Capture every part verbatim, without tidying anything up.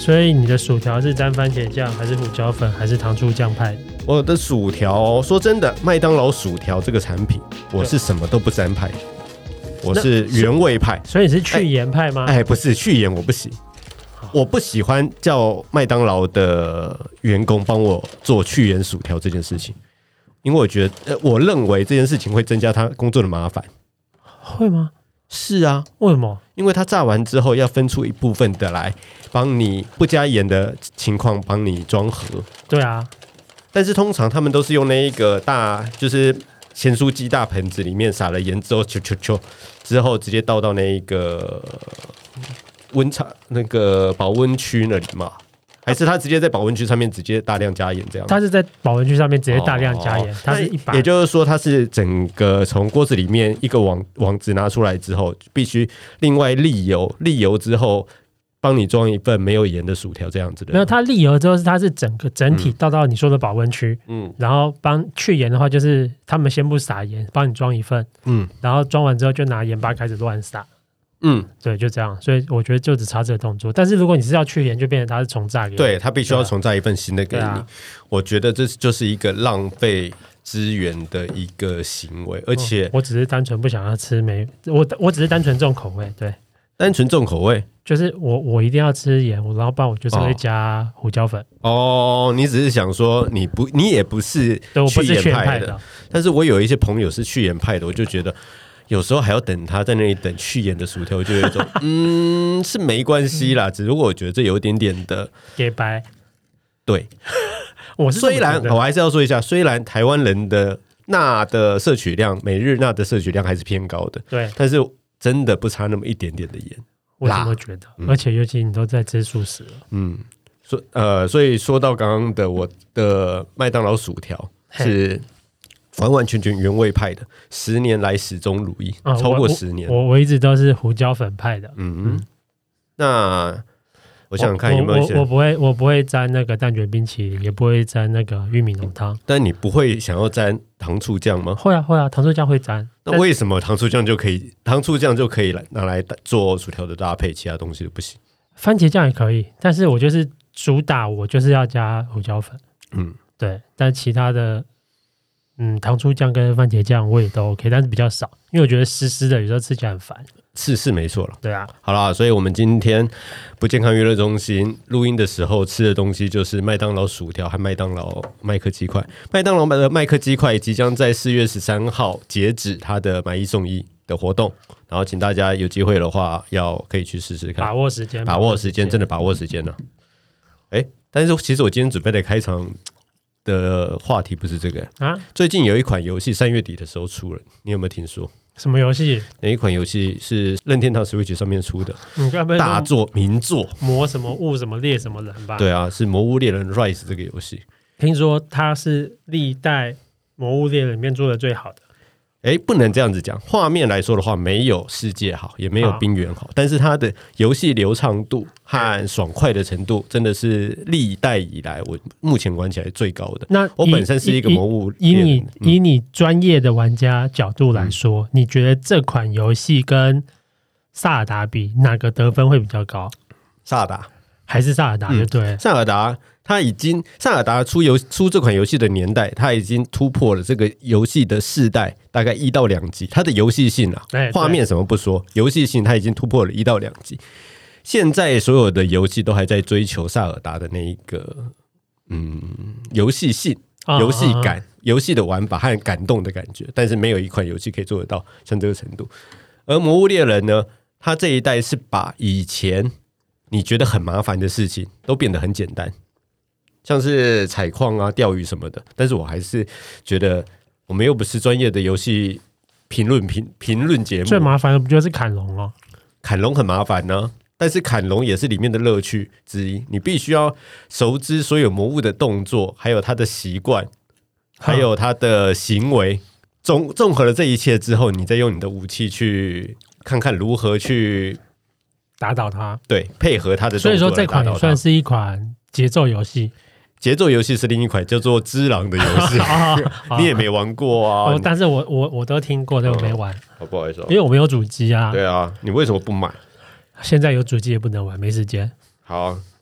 所以你的薯条是沾番茄酱，还是胡椒粉，还是糖醋酱派的？ 我的薯条，说真的，麦当劳薯条这个产品，我是什么都不沾派的，我是原味派。 所以你是去盐派吗？ 哎，哎不是去盐，我不行。我不喜欢叫麦当劳的员工帮我做去盐薯条这件事情，因为我觉得，呃，我认为这件事情会增加他工作的麻烦。 会吗？ 是啊， 为什么？ 因为它炸完之后要分出一部分的来帮你不加盐的情况帮你装盒。 对啊， 但是通常他们都是用那一个大就是咸酥鸡大盆子里面撒了盐之后，啾啾啾之后直接倒到那一个温茶那个保温区那里嘛。还是他直接在保温区上面直接大量加盐这样？ 他是在保温区上面直接大量加盐，它、哦、是一把。 也就是说，它是整个从锅子里面一个网网子拿出来之后，必须另外沥油，沥油之后帮你装一份没有盐的薯条这样子的。 没有，它沥油之后是它是整个整体倒到你说的保温区，嗯，然后帮去盐的话就是他们先不撒盐，帮你装一份，嗯，然后装完之后就拿盐巴开始乱撒。嗯，对，就这样，所以我觉得就只差这个动作。但是如果你是要去盐，就变成它是重炸给你， 对，它必须要重炸一份新的给你。啊、我觉得这就是一个浪费资源的一个行为，而且、哦、 我只是单纯不想要吃没，我我只是单纯重口味，对， 单纯重口味， 就是我我一定要吃盐，然后不然我就是会加胡椒粉。 哦，你只是想说你不，你也不是去盐派的，的但是我有一些朋友是去盐派的，我就觉得。有时候还要等他在那里等去盐的薯条，就有一种嗯是没关系啦，只不过我觉得这有一点点的给白。 对， 我是虽然我还是要说一下，虽然台湾人的钠的摄取量，每日钠的摄取量还是偏高的， 对， 但是真的不差那么一点点的盐。 我怎么觉得？嗯、而且尤其你都在吃素食了， 嗯，所呃，所以说到刚刚的我的麦当劳薯条是。完完全全原味派的，十年来始终如一，哦、超过十年。 我 我, 我一直都是胡椒粉派的。嗯嗯， 那我想想看有没有一些我, 我, 我不会，我不会沾那个蛋卷冰淇淋，也不会沾那个玉米浓汤。 但你不会想要沾糖醋酱吗？ 会啊会啊，糖醋酱会沾。 那为什么糖醋酱就可以，糖醋酱就可以拿来做薯条的搭配，其他东西都不行？ 番茄酱也可以，但是我就是主打，我就是要加胡椒粉。嗯，对，但其他的。嗯，糖醋酱跟番茄酱我也都 OK， 但是比较少，因为我觉得湿湿的有时候吃起来很烦。 是是没错了， 对啊。 好啦，所以我们今天不健康娱乐中心录音的时候吃的东西就是麦当劳薯条和麦当劳麦克鸡块。麦当劳的麦克鸡块即将在四月十三号截止它的买一送一的活动，然后请大家有机会的话要可以去试试看， 把握时间， 把握时间，真的把握时间了。哎，但是其实我今天准备的开场。的话题不是这个啊！最近有一款游戏三月底的时候出了，你有没有听说？ 什么游戏？ 哪一款游戏是任天堂 Switch 上面出的？大作名作， 魔什么物什么猎什么人吧？ 对啊，是《魔物猎人 Rise》这个游戏。 听说它是历代《魔物猎人》里面做的最好的。 哎，不能这样子讲。画面来说的话，没有世界好，也没有冰原好，但是它的游戏流畅度和爽快的程度，真的是历代以来我目前玩起来最高的。那我本身是一个魔物猎人， 以你、嗯、以你专业的玩家角度来说，嗯、你觉得这款游戏跟萨尔达比，哪个得分会比较高？ 萨尔达还是萨尔达？就对、 嗯，萨尔达。他已经萨尔达出游出这款游戏的年代，他已经突破了这个游戏的世代，大概一到两级。它的游戏性啊，画面什么不说，游戏性它已经突破了一到两级。现在所有的游戏都还在追求萨尔达的那一个嗯游戏性、游戏感、游戏的玩法和感动的感觉，但是没有一款游戏可以做得到像这个程度。而魔物猎人呢，它这一代是把以前你觉得很麻烦的事情都变得很简单。像是采矿啊、钓鱼什么的，但是我还是觉得我们又不是专业的游戏评论评评论节目。 最麻烦的不就是砍龙吗？ 砍龙很麻烦呢、啊，但是砍龙也是里面的乐趣之一。你必须要熟知所有魔物的动作，还有它的习惯，还有它的行为。综综合了这一切之后，你再用你的武器去看看如何去打倒它。 对，配合它的动作。 所以说这款也算是一款节奏游戏。 节奏游戏是另一款叫做《只狼》的游戏，你也没玩过啊？ 哦、但是我我我都听过，但我没玩。 哦、不好意思、哦， 因为我没有主机啊。 对啊，你为什么不买？ 现在有主机也不能玩，没时间。 好、啊，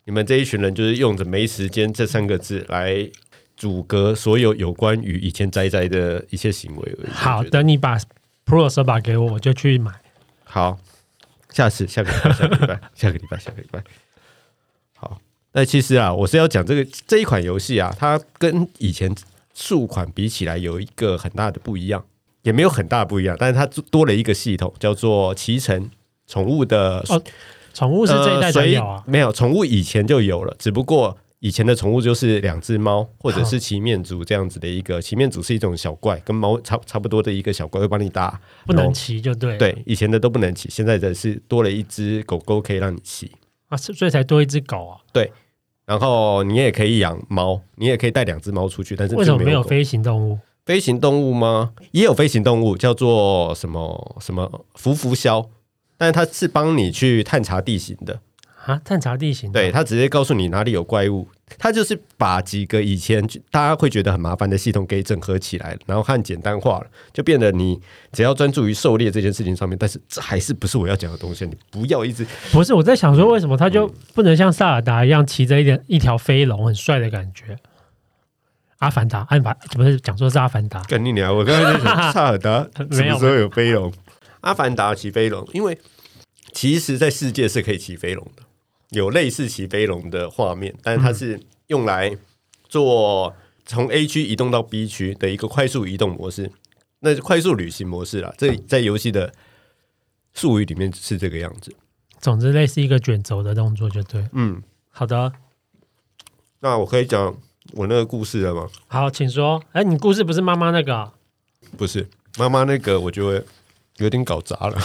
你们这一群人就是用着没时间这三个字来阻隔所有有关于以前宅宅的一切行为而已。 好，等你把 Pro 手把给我，我就去买。 好，下次下个礼拜，下个礼拜，下个礼拜，下个礼拜。好，那其实啊，我是要讲这个这一款游戏啊，它跟以前数款比起来有一个很大的不一样。也没有很大不一样，但是它多了一个系统，叫做骑乘宠物的。 哦，宠物是这一代才有啊？ 呃、没有，宠物以前就有了，只不过以前的宠物就是两只猫，或者是骑面族这样子的一个。骑面族是一种小怪，跟猫差差不多的一个小怪，会帮你打。 不能骑就对。 对，以前的都不能骑，现在的是多了一只狗狗可以让你骑啊，所以才多一只狗啊。 对，然后你也可以养猫，你也可以带两只猫出去，但是为什么没有飞行动物？ 飞行动物吗？也有飞行动物，叫做什么什么浮浮枭，但是它是帮你去探查地形的啊，探查地形的。 对，它直接告诉你哪里有怪物，它就是把几个以前大家会觉得很麻烦的系统给整合起来，然后很简单化了，就变得你只要专注于狩猎这件事情上面。但是这还是不是我要讲的东西，你不要一直不是我在想说，为什么它就不能像萨尔达一样骑着一点一条飞龙，很帅的感觉？阿凡达，阿凡怎么是讲说是阿凡达？ 干你娘！我刚才在想萨尔达什么时候有飞龙？阿凡达骑飞龙，因为其实在世界是可以骑飞龙的，有类似骑飞龙的画面，但是它是用来做从 A 区移动到 B 区的一个快速移动模式，那是快速旅行模式啦。这在游戏的术语里面是这个样子。 总之，类似一个卷轴的动作就对。 嗯， 好的。 那我可以讲我那个故事了吗？ 好，请说。哎，你故事不是妈妈那个、啊？ 不是妈妈那个，我就会有点搞砸了。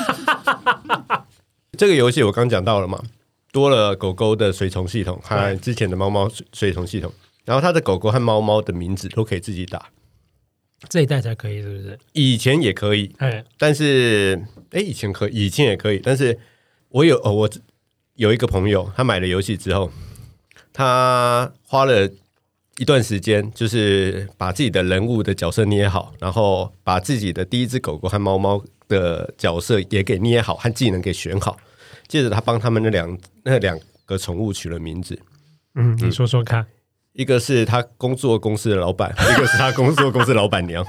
这个游戏我刚讲到了嘛，多了狗狗的随从系统和之前的猫猫随从系统，然后它的狗狗和猫猫的名字都可以自己打。 这一代才可以，是不是？ 以前也可以，但是哎，以前可以，以前也可以，但是我有哦，我有一个朋友，他买了游戏之后，他花了一段时间，就是把自己的人物的角色捏好，然后把自己的第一只狗狗和猫猫的角色也给捏好，和技能给选好。接着他帮他们那两那两个宠物取了名字。 嗯，你说说看。 一个是他工作公司的老板，一个是他工作公司的老板娘。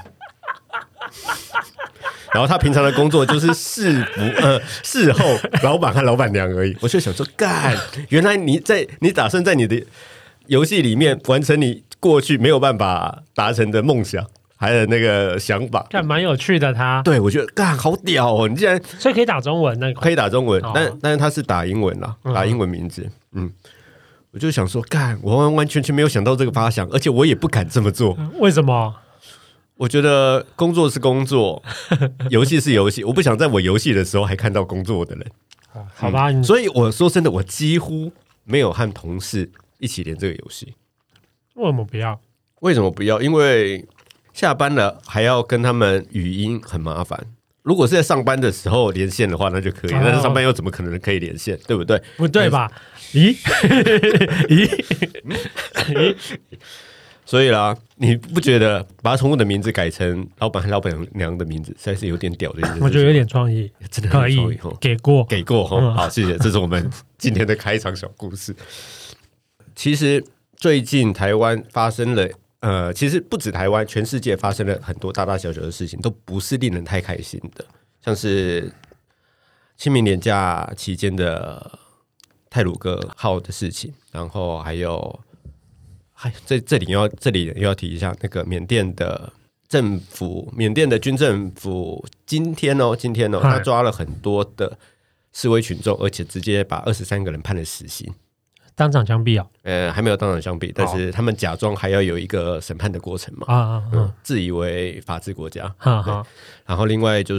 然后他平常的工作就是侍服呃侍候老板和老板娘而已。我就想说，干，原来你在你打算在你的游戏里面完成你过去没有办法达成的梦想，还有那个想法， 干蛮有趣的他。 对，我觉得干好屌哦！你竟然所以可以打中文，那可以打中文，哦、但但是他是打英文啦，打英文名字，嗯。嗯我就想说，干，我完完全全没有想到这个发想，而且我也不敢这么做。 为什么？ 我觉得工作是工作，游戏是游戏，我不想在我游戏的时候还看到工作的人。 好吧、嗯， 所以我说真的，我几乎没有和同事一起连这个游戏。 为什么不要？ 为什么不要？因为下班了还要跟他们语音，很麻烦。如果是在上班的时候连线的话，那就可以。但是上班又怎么可能可以连线？对不对？ 不对吧？咦咦咦！所以啦，你不觉得把宠物的名字改成老板和老板娘的名字，实在是有点屌的一件事情？ 我觉得有点创意， 真的很有创意， 给过给过哈、嗯。好，谢谢，这是我们今天的开场小故事。其实最近台湾发生了。呃，其实不止台湾，全世界发生了很多大大小小的事情，都不是令人太开心的。像是清明连假期间的太鲁阁号的事情，然后还有，还这这里要这里又要提一下那个缅甸的政府，缅甸的军政府今天哦，今天哦，他抓了很多的示威群众，而且直接把二十三个人判了死刑。 当场枪毙啊？ 呃，还没有当场枪毙，但是他们假装还要有一个审判的过程嘛， 啊啊嗯，自以为法治国家。 啊啊、 然后另外就是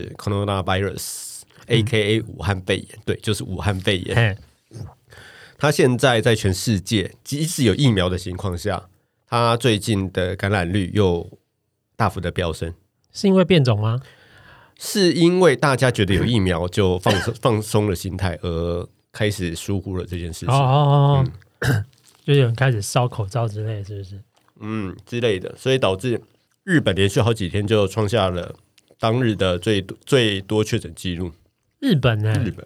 coronavirus，A K A 武汉肺炎，对，就是武汉肺炎。它现在在全世界，即使有疫苗的情况下，它最近的感染率又大幅的飙升。 是因为变种吗？ 是因为大家觉得有疫苗就放放松了心态而。开始疏忽了这件事情，哦哦哦，嗯、就有人开始烧口罩之类，是不是？ 嗯，之类的，所以导致日本连续好几天就创下了当日的最最多确诊记录。 日本呢、欸？ 日本，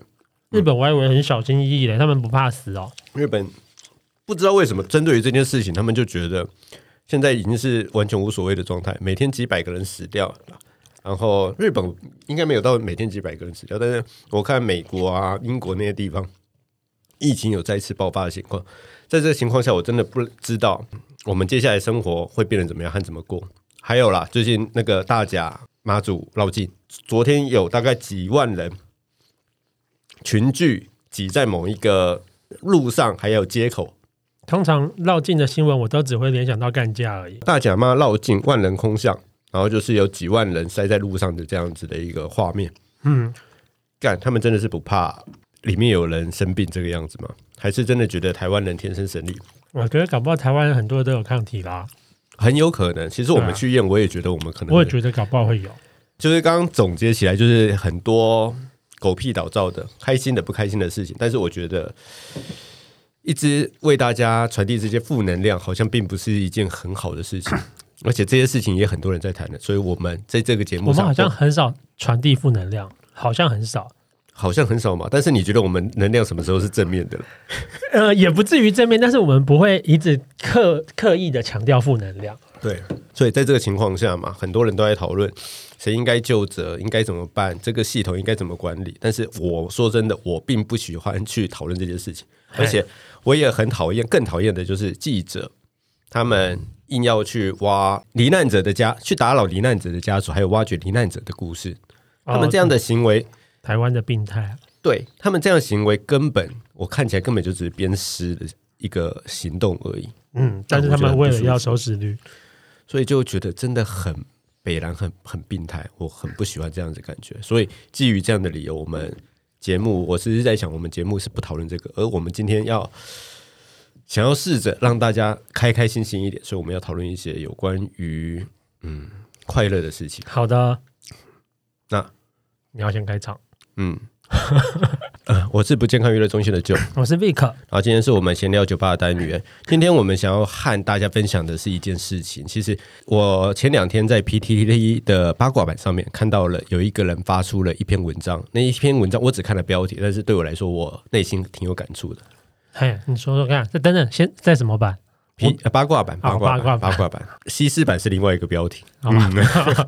日本我还以为很小心翼翼的，他们不怕死哦。 日本不知道为什么针对于这件事情，他们就觉得现在已经是完全无所谓的状态，每天几百个人死掉。然后日本应该没有到每天几百个人死掉，但是我看美国啊、英国那些地方，疫情有再次爆发的情况。在这个情况下，我真的不知道我们接下来生活会变得怎么样和怎么过。还有啦，最近那个大甲妈祖绕境，昨天有大概几万人群聚挤在某一个路上，还有街口。 通常绕境的新闻，我都只会联想到干架而已。 大甲妈绕境，万人空巷。然后就是有几万人塞在路上的这样子的一个画面，嗯，干他们真的是不怕里面有人生病这个样子吗？还是真的觉得台湾人天生神力？ 我觉得搞不好台湾人很多都有抗体啦， 很有可能。其实我们去验，我也觉得我们可能， 我也觉得搞不好会有。 就是刚刚总结起来，就是很多狗屁倒灶的、开心的、不开心的事情，但是我觉得一直为大家传递这些负能量，好像并不是一件很好的事情。而且这些事情也很多人在谈的，所以我们在这个节目上， 我们好像很少传递负能量，好像很少， 好像很少嘛。但是你觉得我们能量什么时候是正面的了？ 呃，也不至于正面，但是我们不会一直刻刻意的强调负能量。 对，所以在这个情况下嘛，很多人都在讨论谁应该究责，应该怎么办，这个系统应该怎么管理。但是我说真的，我并不喜欢去讨论这件事情，而且我也很讨厌，更讨厌的就是记者他们硬要去挖罹难者的家，去打扰罹难者的家属，还有挖掘罹难者的故事。他们这样的行为，哦、 台湾的病态。 对他们这样的行为，根本我看起来根本就只是鞭尸的一个行动而已。 嗯，但是他们为了要收视率， 所以就觉得真的很北蓝，很很病态，我很不喜欢这样子的感觉。所以基于这样的理由，我们节目我只是在想，我们节目是不讨论这个，而我们今天要。想要试着让大家开开心心一点，所以我们要讨论一些有关于嗯快乐的事情。 好的， 那你要先开场。 嗯，呃、我是不健康娱乐中心的 Joe， 我是 Vic。然后今天是我们闲聊酒吧的单元。今天我们想要和大家分享的是一件事情。其实我前两天在 P T T 的八卦版上面看到了有一个人发出了一篇文章，那一篇文章我只看了标题，但是对我来说，我内心挺有感触的。 嘿，你说说看，这等等，先在什么版？ P, 八卦版，八卦版，八卦版，八卦版。西施版是另外一个标题。嗯、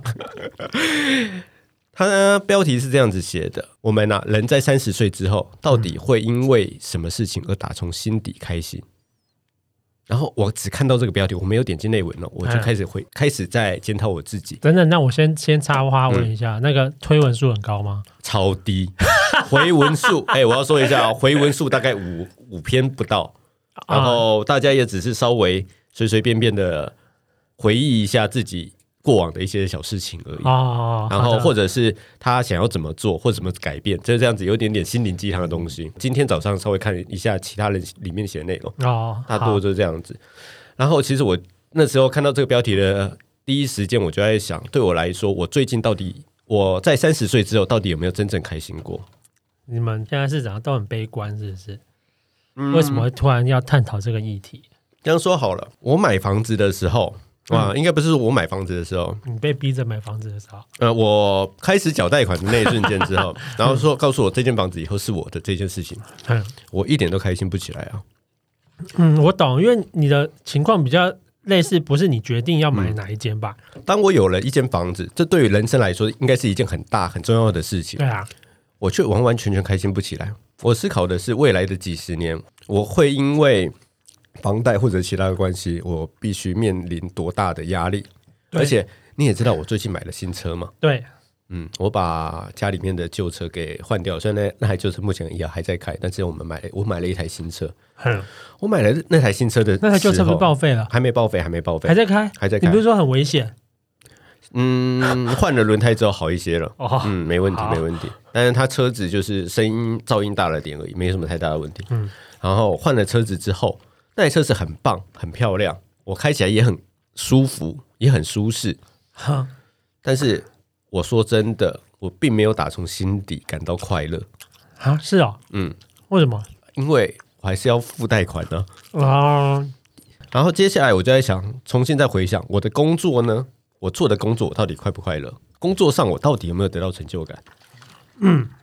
他标题是这样子写的：我们啊，人在三十岁之后，到底会因为什么事情而打从心底开心？然后我只看到这个标题，我没有点进内文了，我就开始会、嗯、开始在检讨我自己。 等等，那我先先插话问一下，嗯、那个推文数很高吗？ 超低。回文数，哎、欸，我要说一下、哦，回文数大概五五篇不到，然后大家也只是稍微随随便便的回忆一下自己过往的一些小事情而已。哦，然后或者是他想要怎么做或者怎么改变，就是这样子，有点点心灵鸡汤的东西。今天早上稍微看一下其他人里面写的内容，哦，大多就是这样子。然后其实我那时候看到这个标题的第一时间，我就在想，对我来说，我最近到底我在三十岁之后，到底有没有真正开心过？ 你们现在是怎样都很悲观，是不是？嗯、为什么会突然要探讨这个议题？ 这样说好了，我买房子的时候，哇，嗯、应该不是我买房子的时候， 你被逼着买房子的时候， 呃，我开始缴贷款的那一瞬间之后，然后说告诉我这间房子以后是我的这件事情，嗯、我一点都开心不起来啊。 嗯，我懂，因为你的情况比较类似，不是你决定要买哪一间吧？ 嗯、当我有了一间房子，这对于人生来说，应该是一件很大很重要的事情。 对啊。 我却完完全全开心不起来。我思考的是未来的几十年，我会因为房贷或者其他的关系，我必须面临多大的压力。而且你也知道，我最近买了新车嘛。 对， 嗯，我把家里面的旧车给换掉，虽然 那, 那台旧车目前也还在开，但是我们买了，我买了一台新车。嗯，我买了那台新车的， 那台旧车不是报废了？ 还没报废，还没报废， 还在开， 还在开。 你不是说很危险？ 嗯，换了轮胎之后好一些了。哦、嗯，没问题，没问题。但是它车子就是声音噪音大了点而已，没什么太大的问题。嗯，然后换了车子之后，那台车子很棒，很漂亮，我开起来也很舒服，也很舒适。哈，但是我说真的，我并没有打从心底感到快乐。 啊，是哦，嗯，为什么？ 因为我还是要付贷款呢。啊，然后接下来我就在想，重新再回想我的工作呢。我做的工作我到底快不快乐？工作上我到底有没有得到成就感？嗯，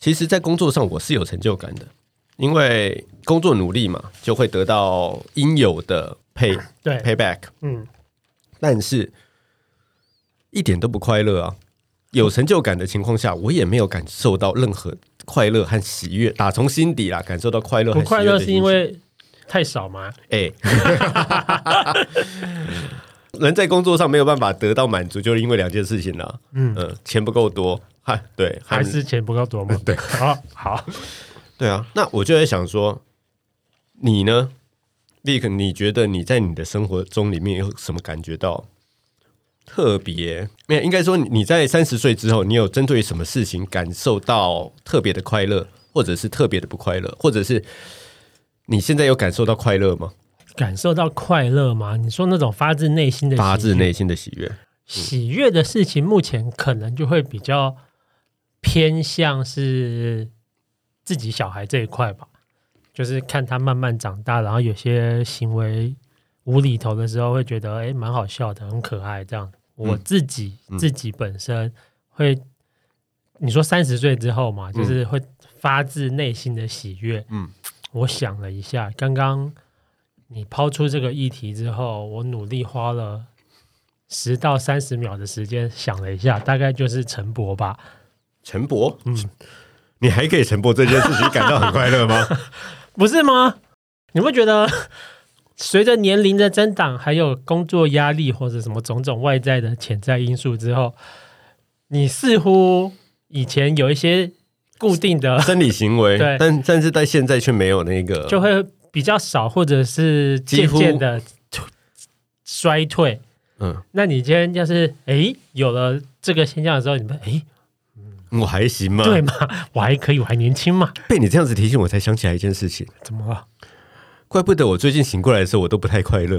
其实在工作上我是有成就感的，因为工作努力嘛，就会得到应有的 pay 对 payback。 嗯， 但是一点都不快乐啊！有成就感的情况下，我也没有感受到任何快乐和喜悦，打从心底啦感受到快乐和喜悦的。 不快乐是因为太少吗？哎、 欸，人在工作上没有办法得到满足，就是因为两件事情啦。嗯、呃，钱不够多，嗨，对， 还是钱不够多吗？ 对， 好，好， 对啊。那我就在想说，你呢 ，Vic， 你觉得你在你的生活中里面有什么感觉到特别？没有，应该说你在三十岁之后，你有针对什么事情感受到特别的快乐，或者是特别的不快乐，或者是你现在有感受到快乐吗？ 感受到快乐吗？你说那种发自内心的喜悦， 发自内心的喜悦， 喜悦的事情，目前可能就会比较偏向是自己小孩这一块吧，就是看他慢慢长大，然后有些行为无厘头的时候，会觉得哎，蛮好笑的，很可爱这样。我自己、嗯、自己本身会，你说三十岁之后嘛，就是会发自内心的喜悦。嗯，我想了一下，刚刚你抛出这个议题之后，我努力花了十到三十秒的时间想了一下，大概就是陈柏吧。 陈柏，嗯，你还可以陈柏这件事情感到很快乐吗？ 不是吗？你会觉得随着年龄的增长，还有工作压力或者什么种种外在的潜在因素之后，你似乎以前有一些固定的生理行为，对，但但是在现在却没有那个， 就会比较少，或者是渐渐的衰退。嗯，那你今天要是哎有了这个现象的时候，你们哎， 我还行吗？ 对嘛，我还可以，我还年轻嘛。 被你这样子提醒，我才想起来一件事情。 怎么了？ 怪不得我最近醒过来的时候，我都不太快乐，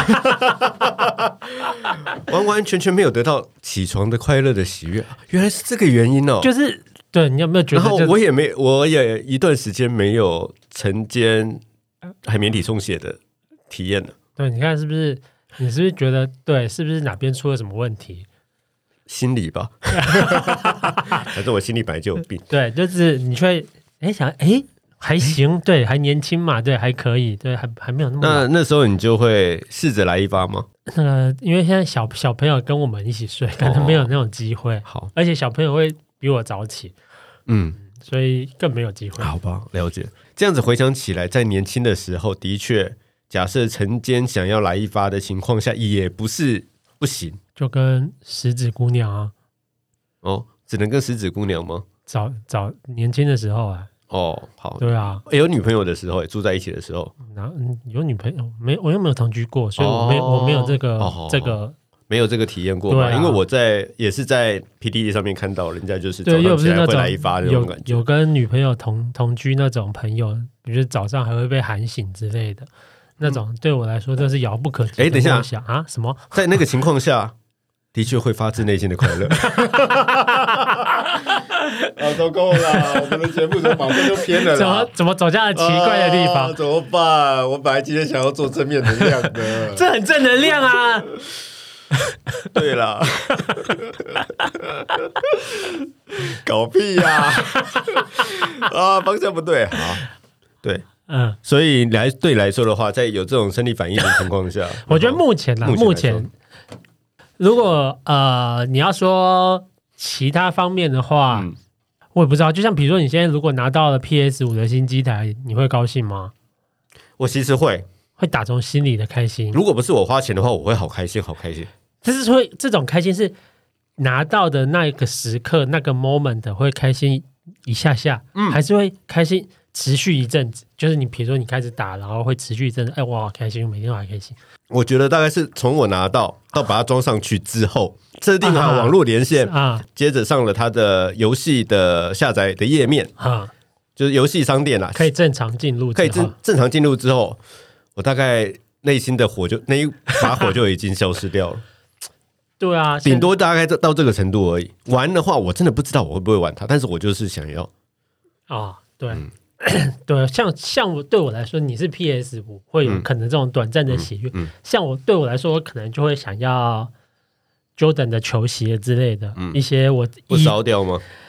完完全全没有得到起床的快乐的喜悦。原来是这个原因哦。 就是对，你有没有觉得？ 然后我也没，我也一段时间没有晨间海绵体充血的体验了。 对，你看是不是？你是不是觉得对？是不是哪边出了什么问题？ 心理吧，反正我心里本来就有病。 对，就是你会哎想哎。还行，对，还年轻嘛，对，还可以，对，还还没有那么那那时候你就会试着来一发吗？ 那个，因为现在小小朋友跟我们一起睡，可能没有那种机会。好，而且小朋友会比我早起，嗯，所以更没有机会。 好吧，了解。这样子回想起来，在年轻的时候，的确，假设晨间想要来一发的情况下，也不是不行。 就跟十指姑娘啊， 哦，只能跟十指姑娘吗？ 早早年轻的时候啊。 哦，好， 对啊， 有女朋友的时候，住在一起的时候， 有女朋友没？我又没有同居过，所以我没、哦、我没有这个、哦、这个没有这个体验过嘛、啊？因为我在也是在 P D D 上面看到人家就是早上起来会来一发那种感觉， 有有跟女朋友同同居那种朋友，比如早上还会被喊醒之类的，那种、嗯、对我来说这是遥不可及的。哎， 等一下啊，什么？ 在那个情况下，的确会发自内心的快乐。啊，都够了！我们的节目怎么马上就偏了啦？ 怎么怎么走向了奇怪的地方、 啊？怎么办？我本来今天想要做正面能量的， 这很正能量啊！ 对啦，搞屁呀、啊！啊，方向不对，好，对，嗯，所以来对你来说的话，在有这种生理反应的情况下， 我觉得目前呢，目前如果呃你要说其他方面的话。嗯，我也不知道，就像比如说，你现在如果拿到了 P S 五 的新机台，你会高兴吗？ 我其实会， 会打从心里的开心。 如果不是我花钱的话，我会好开心，好开心。 就是会这种开心是拿到的那个时刻，那个 moment 会开心一下下，嗯，还是会开心持续一阵子。就是你比如说你开始打，然后会持续一阵子，哎，我好开心，我每天都好开心。 我觉得大概是从我拿到到把它装上去之后，设定好网络连线啊，接着上了它的游戏的下载的页面啊，就是游戏商店啦， 可以正常进入， 可以正正常进入之后，我大概内心的火就那一把火就已经消失掉了。 对啊， 顶多大概到这个程度而已。玩的话，我真的不知道我会不会玩它，但是我就是想要啊，对。嗯对，像像我对我来说，你是 P S 五 会有可能这种短暂的喜悦、嗯嗯嗯。像我对我来说，我可能就会想要 Jordan 的球鞋之类的、嗯、一些我不烧掉吗？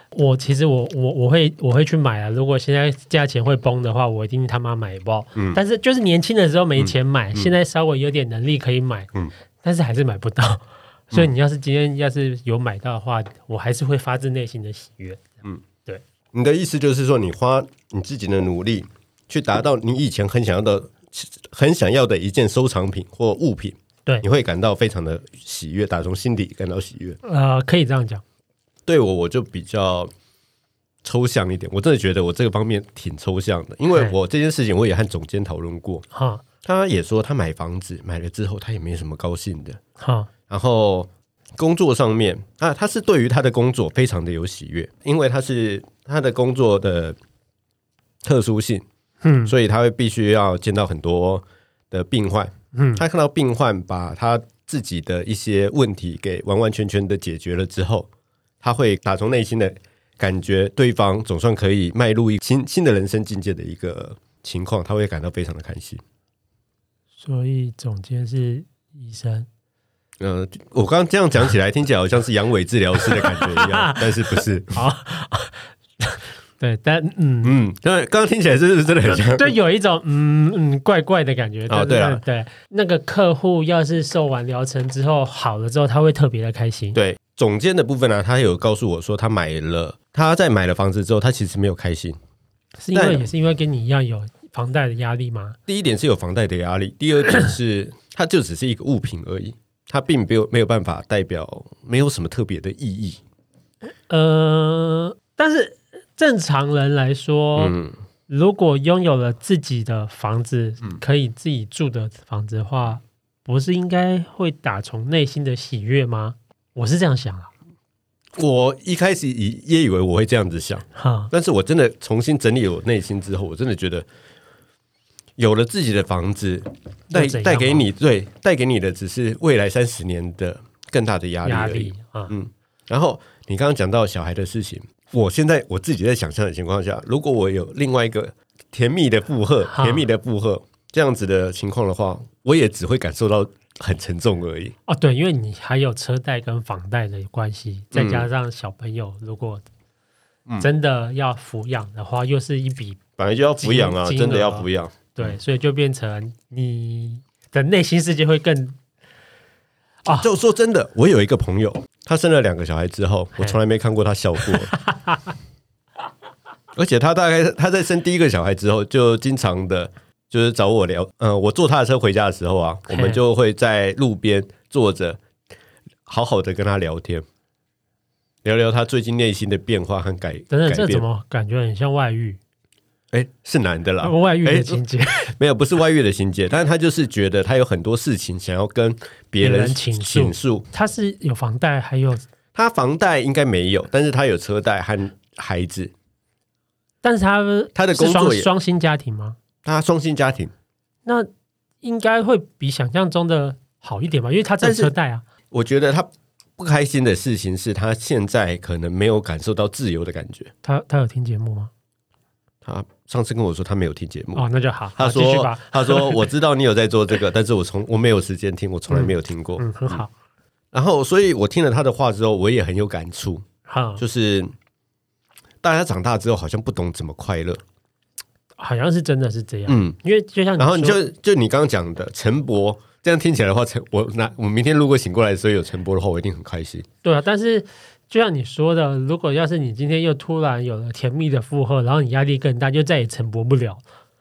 我其实我我我会我会去买啊，如果现在价钱会崩的话，我一定他妈买爆。嗯，但是就是年轻的时候没钱买，嗯、现在稍微有点能力可以买，嗯，但是还是买不到。所以你要是今天要是有买到的话，我还是会发自内心的喜悦。嗯，对。 你的意思就是说，你花你自己的努力去达到你以前很想要的、很想要的一件收藏品或物品， 对， 你会感到非常的喜悦，打从心底感到喜悦。 呃，可以这样讲。 对我，我就比较抽象一点。我真的觉得我这个方面挺抽象的，因为我这件事情我也和总监讨论过。哈，他也说他买房子买了之后，他也没什么高兴的。哈。然后工作上面啊，他是对于他的工作非常的有喜悦，因为他是他的工作的特殊性，嗯，所以他会必须要见到很多的病患，嗯，他看到病患把他自己的一些问题给完完全全的解决了之后，他会打从内心的感觉对方总算可以迈入一新新的人生境界的一个情况，他会感到非常的开心。 所以总监是医生。 呃，我刚刚这样讲起来，听起来好像是阳痿治疗师的感觉一样，但是不是？好， 对，但嗯嗯，对，刚刚听起来是真的很像， 对，有一种嗯嗯怪怪的感觉。 哦，对了， 对，那个客户要是受完疗程之后好了之后，他会特别的开心。 对，总监的部分呢、啊，他有告诉我说，他买了，他在买了房子之后，他其实没有开心， 是因为也是因为跟你一样有房贷的压力吗？ 第一点是有房贷的压力，第二点是它就只是一个物品而已。它并没有没有办法代表，没有什么特别的意义。 呃，但是正常人来说，嗯、如果拥有了自己的房子，嗯、可以自己住的房子的话，不是应该会打从内心的喜悦吗？我是这样想啊。 我一开始也以为我会这样子想，但是我真的重新整理我内心之后，我真的觉得。有了自己的房子，带带给你对带给你的只是未来三十年的更大的压力而已。压力啊、嗯，然后你刚刚讲到小孩的事情，我现在我自己在想象的情况下，如果我有另外一个甜蜜的负荷，甜蜜的负荷这样子的情况的话，我也只会感受到很沉重而已。 哦，对，因为你还有车贷跟房贷的关系，再加上小朋友如果真的要抚养的话，又是一笔本来就要抚养啊，真的要抚养。 对，所以就变成你的内心世界会更啊。就说真的，我有一个朋友，他生了两个小孩之后，我从来没看过他笑过。而且他大概他在生第一个小孩之后，就经常的，就是找我聊。嗯、呃，我坐他的车回家的时候啊，我们就会在路边坐着，好好的跟他聊天，聊聊他最近内心的变化和改。 等等，这怎么感觉很像外遇？ 哎，是男的啦， 外遇的情节没有，不是外遇的情节，但是他就是觉得他有很多事情想要跟别人倾诉。 他是有房贷，还有他房贷应该没有，但是他有车贷和孩子。 但是他他的工作也双薪家庭吗？ 他双薪家庭， 那应该会比想象中的好一点吧？因为他有车贷啊。 我觉得他不开心的事情是他现在可能没有感受到自由的感觉。 他他有听节目吗？ 他上次跟我说他没有听节目哦，那就好。 他说他说我知道你有在做这个，但是我从我没有时间听，我从来没有听过。 嗯，嗯很好、嗯。 然后，所以我听了他的话之后，我也很有感触。好，就是大家长大之后好像不懂怎么快乐， 好像是真的是这样。嗯，因为就像你然后你就就你刚刚讲的陈柏，这样听起来的话，我那我明天如果醒过来的时候有陈柏的话，我一定很开心。 对啊，但是。就像你说的，如果要是你今天又突然有了甜蜜的负荷，然后你压力更大，就再也晨勃不了，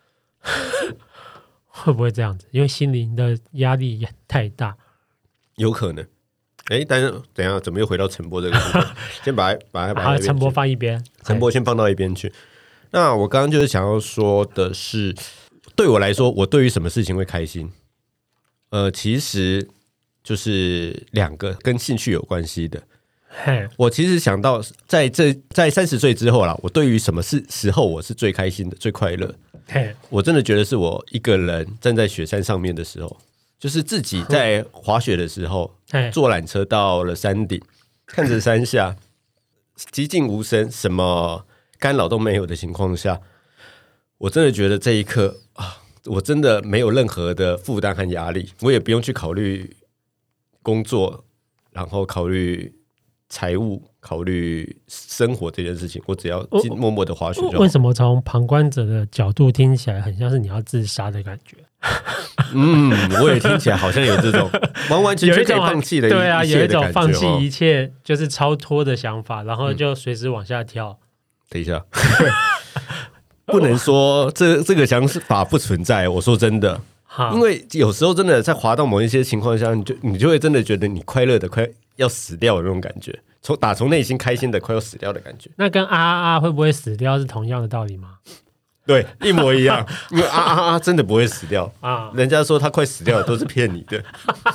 会不会这样子？因为心灵的压力也太大， 有可能。哎，但是等一下怎么又回到晨勃这个部分？先把它把它把它晨勃放一边， 晨勃先放到一边去。那我刚刚就是想要说的是，对我来说，我对于什么事情会开心？呃，其实就是两个跟兴趣有关系的。我其实想到在这在三十岁之后啦，我对于什么是时候我是最开心的、最快乐。我真的觉得是我一个人站在雪山上面的时候，就是自己在滑雪的时候，坐缆车到了山顶，看着山下寂静无声，什么干扰都没有的情况下，我真的觉得这一刻啊，我真的没有任何的负担和压力，我也不用去考虑工作，然后考虑财务， 考虑生活这件事情，我只要默默的滑雪就好。 为什么从旁观者的角度听起来很像是你要自杀的感觉？ 嗯，我也听起来好像有这种完完全全可以放弃的一， 对啊，有一种放弃一切切就是超脱的想法，然后就随时往下跳。 嗯、等一下，不能说这这个想法不存在。我说真的，因为有时候真的在滑到某一些情况下，你就你就会真的觉得你快乐的快要死掉的那种感觉，从打从内心开心的快要死掉的感觉。 那跟啊啊啊会不会死掉是同样的道理吗？ 对，一模一样。因为啊啊啊真的不会死掉啊，人家说他快死掉了都是骗你的。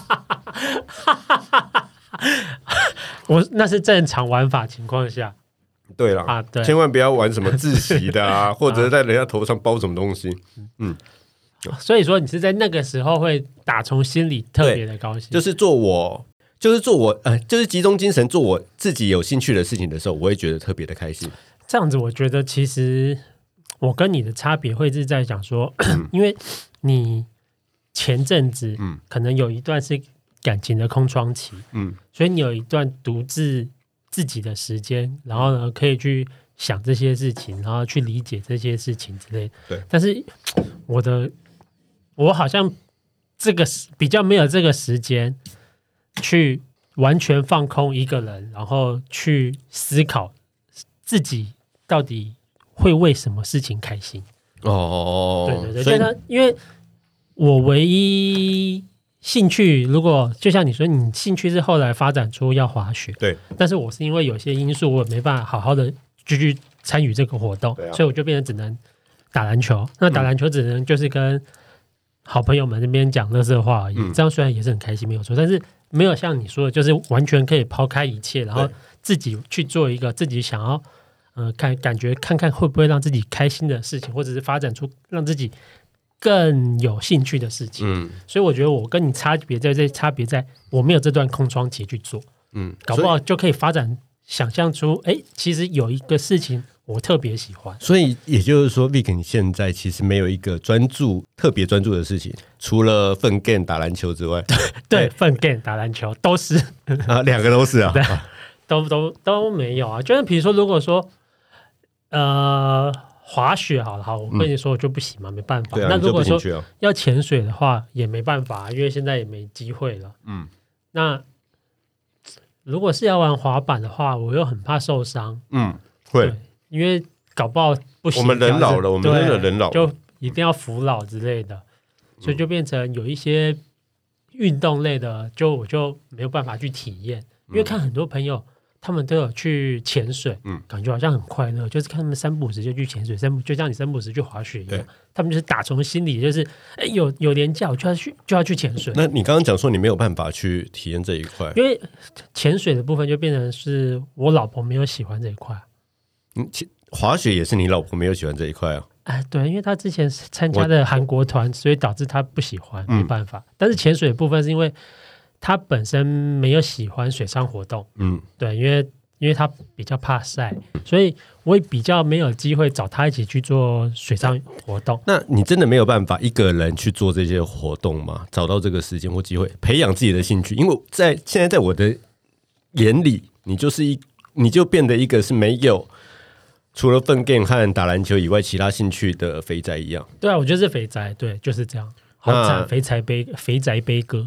我那是正常玩法情况下。 对啦、啊、对，千万不要玩什么自习的啊，或者在人家头上包什么东西。嗯， 所以说你是在那个时候会打从心里特别的高兴， 就是做我，就是做我，呃，就是集中精神做我自己有兴趣的事情的时候，我会觉得特别的开心。 这样子，我觉得其实我跟你的差别会是在讲说，嗯、因为你前阵子嗯可能有一段是感情的空窗期，嗯，所以你有一段独自自己的时间，然后呢可以去想这些事情，然后去理解这些事情之类的。 对， 但是我的我好像这个比较没有这个时间去完全放空一个人，然后去思考自己到底会为什么事情开心。 哦， 对对对，所以因为我唯一兴趣，如果就像你说，你兴趣是后来发展出要滑雪， 对， 但是我是因为有些因素，我没办法好好的继续参与这个活动，啊、所以我就变成只能打篮球。那打篮球只能就是跟好朋友们那边讲垃圾话而已，嗯、这样虽然也是很开心，没有错，但是没有像你说的，就是完全可以抛开一切，然后自己去做一个自己想要呃看感觉看看会不会让自己开心的事情，或者是发展出让自己更有兴趣的事情。嗯，所以我觉得我跟你差别在这差别在我没有这段空窗期去做，嗯，搞不好就可以发展想象出，哎，其实有一个事情我特别喜欢。 所以也就是说 Vic 你现在其实没有一个专注特别专注的事情，除了分 game 打篮球之外。 对，分 game 打篮球都是啊，两个都是啊， 都都都没有啊。就是比如说如果说呃滑雪好了，好，我跟你说我就不行嘛，嗯、没办法。 啊、 那如果说要潜水的话，也没办法，因为现在也没机会了。嗯，那如果是要玩滑板的话，我又很怕受伤。 嗯，会， 因为搞不好不行。 我们人老了，我们真的人老了， 就一定要扶老之类的，所以就变成有一些运动类的，就我就没有办法去体验，因为看很多朋友。他们都有去潜水，嗯，感觉好像很快乐，就是看他们三不五时就去潜水，三就像你三不五时去滑雪一样，他们就是打从心里就是，哎，有有连假我就要去就要去潜水。 那你刚刚讲说你没有办法去体验这一块， 因为潜水的部分就变成是我老婆没有喜欢这一块。 嗯，滑雪也是你老婆没有喜欢这一块啊？ 哎，对，因为她之前参加的韩国团，所以导致她不喜欢，没办法。嗯、但是潜水的部分是因为。他本身没有喜欢水上活动，嗯，对，因为因为他比较怕晒，所以我也比较没有机会找他一起去做水上活动。 那你真的没有办法一个人去做这些活动吗？找到这个时间或机会，培养自己的兴趣？因为在现在在我的眼里，你就是一，你就变得一个是没有除了分 game 和打篮球以外其他兴趣的肥宅一样。 对啊，我就是肥宅，对，就是这样。好惨，肥宅悲肥宅悲歌。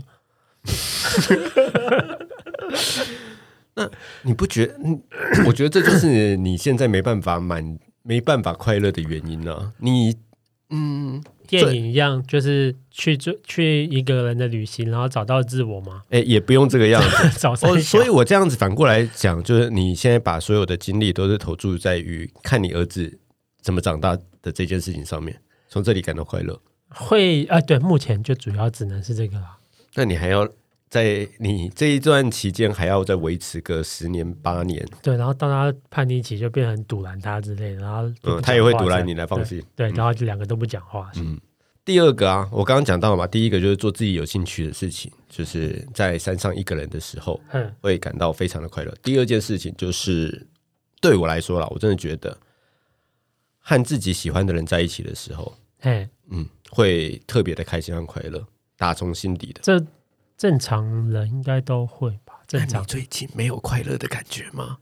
那你不觉得？我觉得这就是你现在没办法满、没办法快乐的原因啊！你嗯， 电影一样，就是去去一个人的旅行，然后找到自我吗？ 哎、欸，也不用这个样子。 找三小， 所以我这样子反过来讲，就是你现在把所有的精力都是投注在于看你儿子怎么长大的这件事情上面，从这里感到快乐。 会啊，对，目前就主要只能是这个啦。 那你还要在你这一段期间还要再维持个十年八年， 对，然后到他叛逆期就变成堵拦他之类的，然后嗯，他也会堵拦你来放弃， 对，对，然后就两个都不讲话。嗯， 第二个啊，我刚刚讲到嘛，第一个就是做自己有兴趣的事情，就是在山上一个人的时候，会感到非常的快乐。第二件事情就是对我来说啦，我真的觉得和自己喜欢的人在一起的时候，嗯，会特别的开心和快乐。打从心底的， 这正常人应该都会吧？正常。 你最近没有快乐的感觉吗？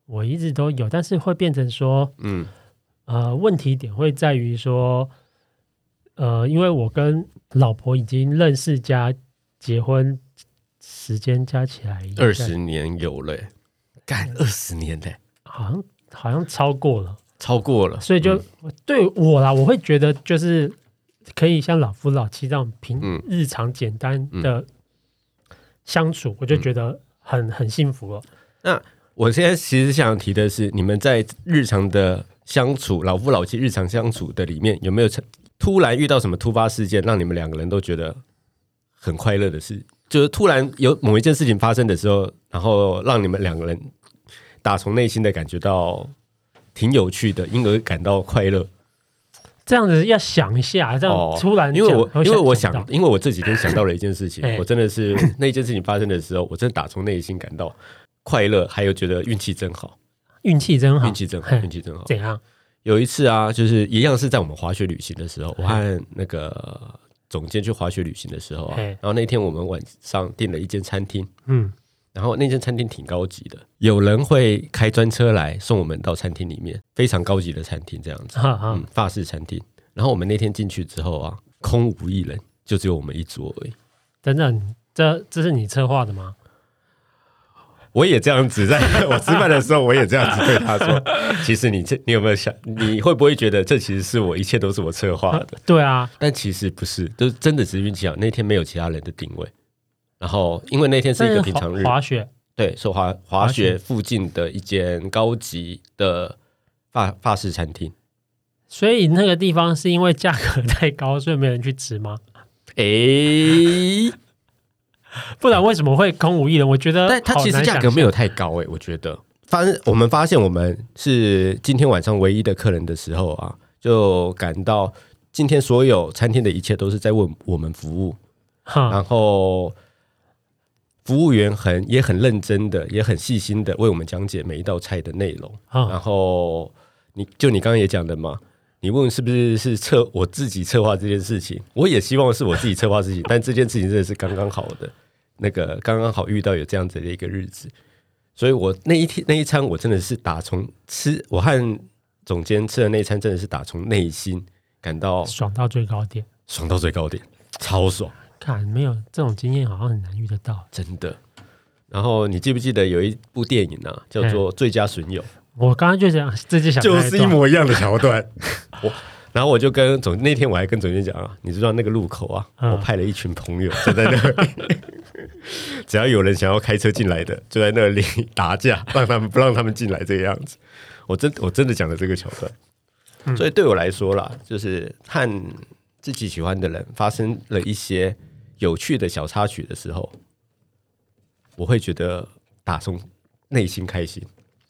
我一直都有，但是会变成说，嗯，呃，问题点会在于说，呃，因为我跟老婆已经认识加结婚时间加起来二十年有了，干二十年嘞， 好像好像超过了， 超过了， 所以就、嗯、对我啦，我会觉得就是可以像老夫老妻这样平、嗯、日常简单的相处，嗯、我就觉得很很幸福了。 那我现在其实想提的是，你们在日常的相处，老夫老妻日常相处的里面，有没有突然遇到什么突发事件，让你们两个人都觉得很快乐的事？就是突然有某一件事情发生的时候，然后让你们两个人打从内心的感觉到挺有趣的，因而感到快乐。 这样子要想一下，这样突然、哦、 因为我因为我想，因为我这几天想到了一件事情，我真的是那件事情发生的时候，我真的打从内心感到快乐，还有觉得运气真好， 运气真好， 运气真好，运气真好。 怎样？ 有一次啊，就是一样是在我们滑雪旅行的时候，我和那个总监去滑雪旅行的时候啊，然后那天我们晚上订了一间餐厅，嗯，然后那间餐厅挺高级的，有人会开专车来送我们到餐厅里面，非常高级的餐厅这样子，嗯，法式餐厅。然后我们那天进去之后啊，空无一人，就只有我们一桌而已。 等等，这这是你策划的吗？ 我也这样子，在我吃饭的时候，我也这样子对他说。其实你这，你有没有想，你会不会觉得这其实是我一切都是我策划的？ 对啊， 但其实不是，就真的只是运气好。那天没有其他人的定位，然后因为那天是一个平常日， 滑雪， 对，是滑滑雪附近的一间高级的法法式餐厅。 所以那个地方是因为价格太高，所以没人去吃吗？ 诶。 不然为什么会空无一人？我觉得， 但它其实价格没有太高诶、欸。我觉得，发现我们发现我们是今天晚上唯一的客人的时候啊，就感到今天所有餐厅的一切都是在为我们服务，然后服务员很也很认真的，也很细心的为我们讲解每一道菜的内容。然后你就你刚刚也讲的嘛。你问是不是是策我自己策划这件事情？我也希望是我自己策划事情，但这件事情真的是刚刚好的，那个刚刚好遇到有这样子的一个日子，所以我那一天那一餐我真的是打从吃，我和总监吃的那一餐真的是打从内心感到爽到最高点， 爽到最高点，超爽！ 看没有这种经验好像很难遇得到， 真的。然后你记不记得有一部电影啊，叫做《最佳损友》？ 我刚刚就想，这就想就是一模一样的桥段。我，然后我就跟总那天我还跟总监讲啊，你知道那个路口啊，嗯、我派了一群朋友站在那里，只要有人想要开车进来的，就在那里打架，让他们不让他们进来这个样子。我真我真的讲了这个桥段，嗯、所以对我来说啦，就是和自己喜欢的人发生了一些有趣的小插曲的时候，我会觉得打从内心开心。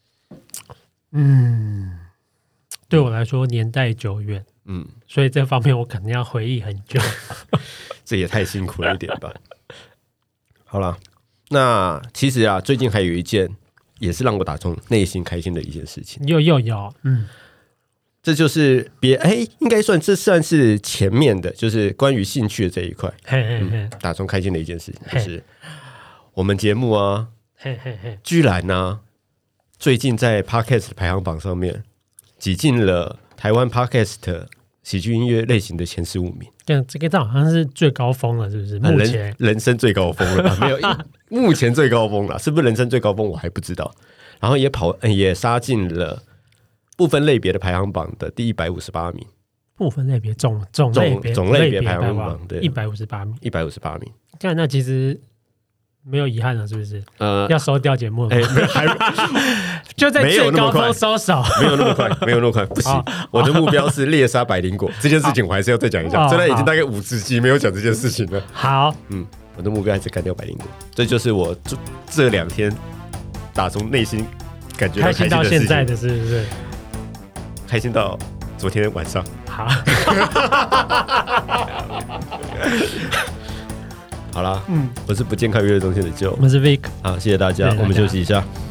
嗯，对我来说年代久远，嗯，所以这方面我可能要回忆很久。 这也太辛苦了一点吧。好啦，那其实啊，最近还有一件也是让我打从内心开心的一件事情。 有有有，嗯， 这就是别哎，应该算这算是前面的，就是关于兴趣的这一块。 嘿嘿嘿， 嗯、打从开心的一件事情，就是我们节目啊， 嘿嘿嘿， 居然呢、啊。最近在 Podcast 排行榜上面挤进了台湾 Podcast 喜剧音乐类型的前十五名。 对，这个好像是最高峰了，是不是？目前、 啊、人, 人生最高峰了吧？没有，目前最高峰了，是不是人生最高峰？我还不知道。然后也跑也杀进了不分类别的排行榜的第一百五十八名。 不分类别总总类别总类别排行榜对一百五十八名， 一百五十八名。 看那其实。没有遗憾了，是不是？呃，要收掉节目了吗？欸、还就在最高峰收手， 没有那么快，没有那么快，不行！我的目标是猎杀百灵果这件事情，我还是要再讲一下。虽然已经大概五十集没有讲这件事情了。 好， 嗯，我的目标还是干掉百灵果，这就是我这两天打从内心感觉到开心的事情。 开心到现在的是不是？ 开心到昨天晚上。 好。 好啦，嗯，我是不健康娱乐中心的 Joe， 我是 Vic， 好，谢谢大家，我们休息一下。